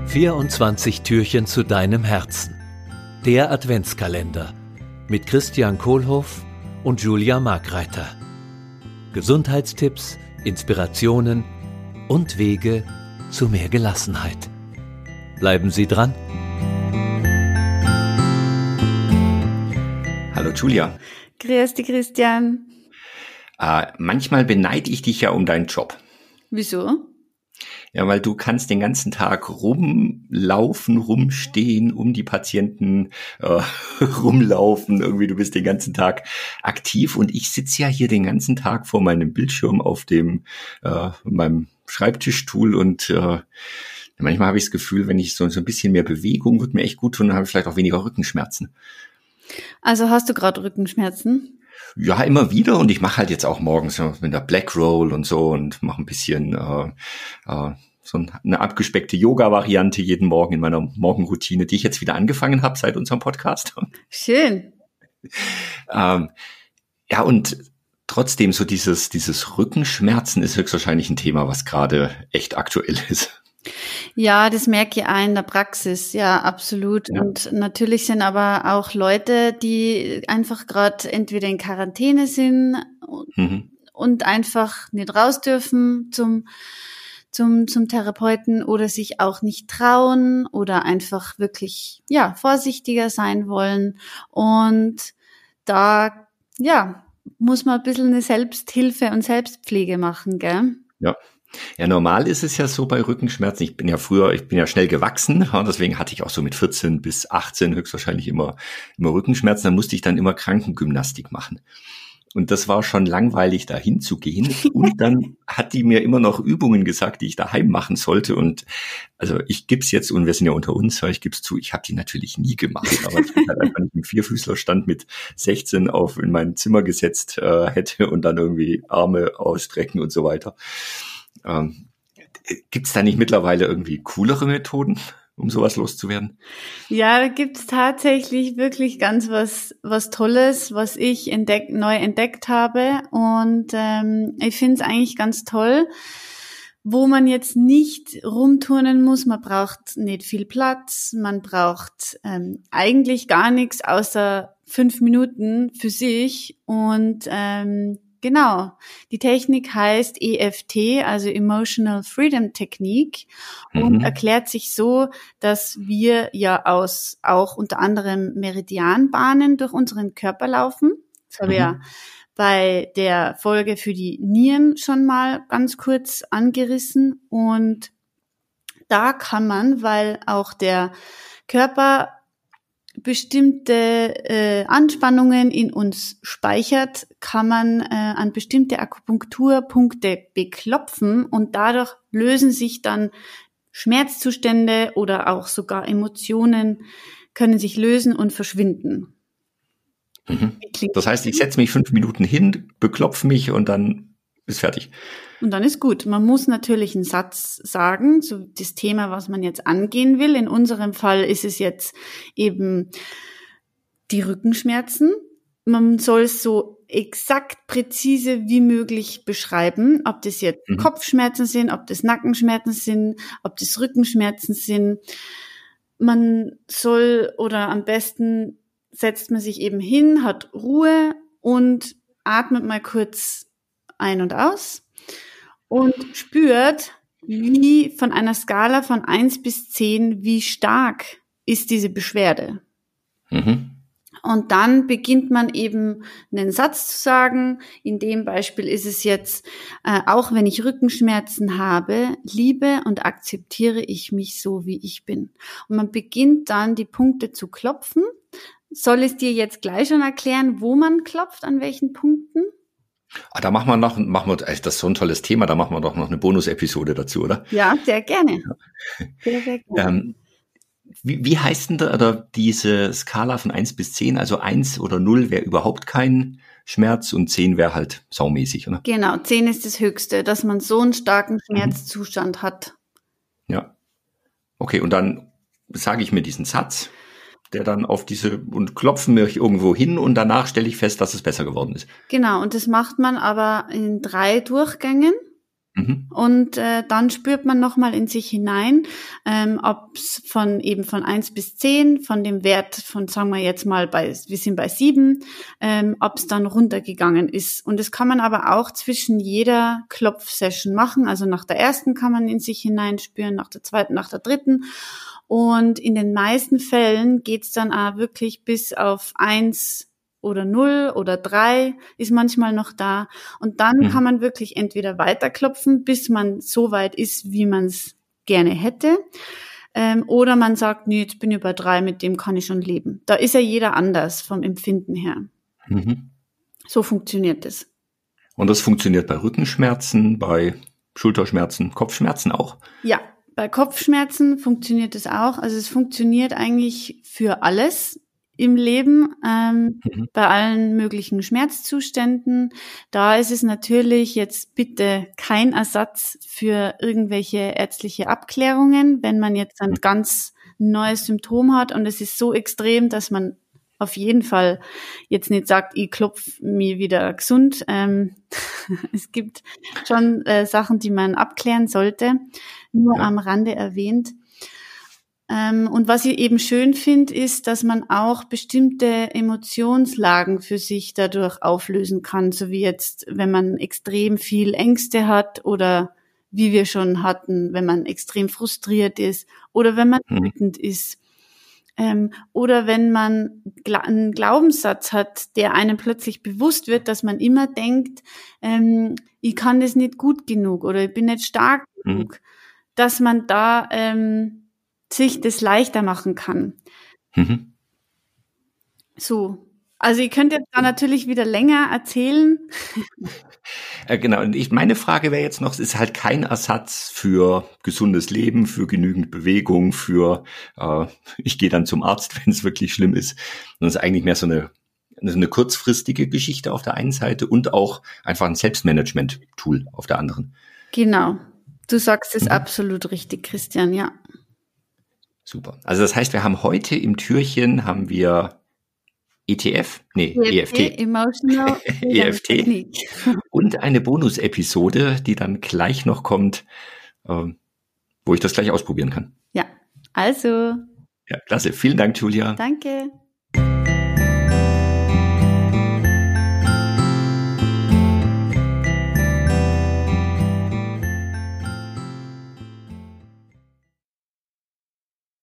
24 Türchen zu deinem Herzen. Der Adventskalender mit Christian Kohlhoff und Julia Markreiter. Gesundheitstipps, Inspirationen und Wege zu mehr Gelassenheit. Bleiben Sie dran. Hallo Julia. Grüß dich, Christian. Manchmal beneide ich dich ja um deinen Job. Wieso? Ja, weil du kannst den ganzen Tag rumlaufen, rumstehen, um die Patienten rumlaufen. Irgendwie, du bist den ganzen Tag aktiv und ich sitze ja hier den ganzen Tag vor meinem Bildschirm auf meinem Schreibtischstuhl und manchmal habe ich das Gefühl, wenn ich so ein bisschen mehr Bewegung, wird mir echt gut tun, dann habe ich vielleicht auch weniger Rückenschmerzen. Also hast du gerade Rückenschmerzen? Ja, immer wieder und ich mache halt jetzt auch morgens mit der Black Roll und so und mache ein bisschen so eine abgespeckte Yoga-Variante jeden Morgen in meiner Morgenroutine, die ich jetzt wieder angefangen habe seit unserem Podcast. Schön. Ja, und trotzdem so dieses Rückenschmerzen ist höchstwahrscheinlich ein Thema, was gerade echt aktuell ist. Ja, das merke ich auch in der Praxis, ja, absolut. Ja. Und natürlich sind aber auch Leute, die einfach gerade entweder in Quarantäne sind und einfach nicht raus dürfen zum Therapeuten oder sich auch nicht trauen oder einfach wirklich, ja, vorsichtiger sein wollen. Und da, ja, muss man ein bisschen eine Selbsthilfe und Selbstpflege machen, gell? Ja. Ja, normal ist es ja so bei Rückenschmerzen. Ich bin ja schnell gewachsen, deswegen hatte ich auch so mit 14 bis 18 höchstwahrscheinlich immer Rückenschmerzen. Da musste ich dann immer Krankengymnastik machen. Und das war schon langweilig, da hinzugehen. Und dann hat die mir immer noch Übungen gesagt, die ich daheim machen sollte. Und also ich gib's jetzt, und wir sind ja unter uns, ich gib's zu, ich habe die natürlich nie gemacht. Aber ich bin halt einfach nicht im Vierfüßlerstand mit 16 in mein Zimmer gesetzt hätte und dann irgendwie Arme ausstrecken und so weiter. Gibt's da nicht mittlerweile irgendwie coolere Methoden, um sowas loszuwerden? Ja, da gibt's tatsächlich wirklich ganz was Tolles, was ich neu entdeckt habe. Und ich finde es eigentlich ganz toll, wo man jetzt nicht rumturnen muss. Man braucht nicht viel Platz, man braucht eigentlich gar nichts außer 5 Minuten für sich. Und genau, die Technik heißt EFT, also Emotional Freedom Technique, und erklärt sich so, dass wir ja auch unter anderem Meridianbahnen durch unseren Körper laufen. Das habe ich ja bei der Folge für die Nieren schon mal ganz kurz angerissen. Und da kann man, weil auch der Körper bestimmte Anspannungen in uns speichert, kann man an bestimmte Akupunkturpunkte beklopfen und dadurch lösen sich dann Schmerzzustände oder auch sogar Emotionen können sich lösen und verschwinden. Das heißt, ich setze mich 5 Minuten hin, beklopfe mich und dann ist fertig. Und dann ist gut. Man muss natürlich einen Satz sagen, so das Thema, was man jetzt angehen will. In unserem Fall ist es jetzt eben die Rückenschmerzen. Man soll es so exakt präzise wie möglich beschreiben, ob das jetzt Kopfschmerzen sind, ob das Nackenschmerzen sind, ob das Rückenschmerzen sind. Man soll oder am besten setzt man sich eben hin, hat Ruhe und atmet mal kurz ein und aus. Und spürt, wie von einer Skala von 1 bis 10, wie stark ist diese Beschwerde. Und dann beginnt man eben einen Satz zu sagen. In dem Beispiel ist es jetzt, auch wenn ich Rückenschmerzen habe, liebe und akzeptiere ich mich so, wie ich bin. Und man beginnt dann die Punkte zu klopfen. Soll ich dir jetzt gleich schon erklären, wo man klopft, an welchen Punkten? Da machen wir, das ist so ein tolles Thema, da machen wir doch noch eine Bonus-Episode dazu, oder? Ja, sehr gerne. Sehr, sehr gerne. Wie heißt denn da diese Skala von 1 bis 10? Also 1 oder 0 wäre überhaupt kein Schmerz und 10 wäre halt saumäßig, oder? Genau, 10 ist das Höchste, dass man so einen starken Schmerzzustand hat. Ja. Okay, und dann sage ich mir diesen Satz, der dann und klopfen mich irgendwo hin und danach stelle ich fest, dass es besser geworden ist. Genau, und das macht man aber in 3 Durchgängen. Und dann spürt man nochmal in sich hinein, ob es von 1 bis 10, von dem Wert von, sagen wir jetzt mal, wir sind bei 7, ob es dann runtergegangen ist. Und das kann man aber auch zwischen jeder Klopfsession machen. Also nach der ersten kann man in sich hineinspüren, nach der zweiten, nach der dritten. Und in den meisten Fällen geht's dann auch wirklich bis auf 1 oder 0 oder 3 ist manchmal noch da. Und dann kann man wirklich entweder weiterklopfen, bis man so weit ist, wie man es gerne hätte. Oder man sagt, nee, jetzt bin ich bei 3, mit dem kann ich schon leben. Da ist ja jeder anders vom Empfinden her. So funktioniert es. Und das funktioniert bei Rückenschmerzen, bei Schulterschmerzen, Kopfschmerzen auch? Ja, bei Kopfschmerzen funktioniert es auch. Also es funktioniert eigentlich für alles im Leben, bei allen möglichen Schmerzzuständen. Da ist es natürlich jetzt bitte kein Ersatz für irgendwelche ärztliche Abklärungen, wenn man jetzt ein ganz neues Symptom hat und es ist so extrem, dass man auf jeden Fall jetzt nicht sagt, ich klopfe mich wieder gesund. Es gibt schon Sachen, die man abklären sollte, nur am Rande erwähnt. Und was ich eben schön finde, ist, dass man auch bestimmte Emotionslagen für sich dadurch auflösen kann, so wie jetzt, wenn man extrem viel Ängste hat oder wie wir schon hatten, wenn man extrem frustriert ist oder wenn man wütend ist. Oder wenn man einen Glaubenssatz hat, der einem plötzlich bewusst wird, dass man immer denkt, ich kann das nicht gut genug oder ich bin nicht stark genug, dass man da sich das leichter machen kann. So. Also ihr könnt jetzt da natürlich wieder länger erzählen. Genau, und meine Frage wäre jetzt noch, es ist halt kein Ersatz für gesundes Leben, für genügend Bewegung, für ich gehe dann zum Arzt, wenn es wirklich schlimm ist. Und es ist eigentlich mehr so eine kurzfristige Geschichte auf der einen Seite und auch einfach ein Selbstmanagement-Tool auf der anderen. Genau. Du sagst es absolut richtig, Christian, ja. Super. Also das heißt, wir haben heute im Türchen EFT. Emotional EFT. Und eine Bonus-Episode, die dann gleich noch kommt, wo ich das gleich ausprobieren kann. Ja, also. Ja, klasse. Vielen Dank, Julia. Danke.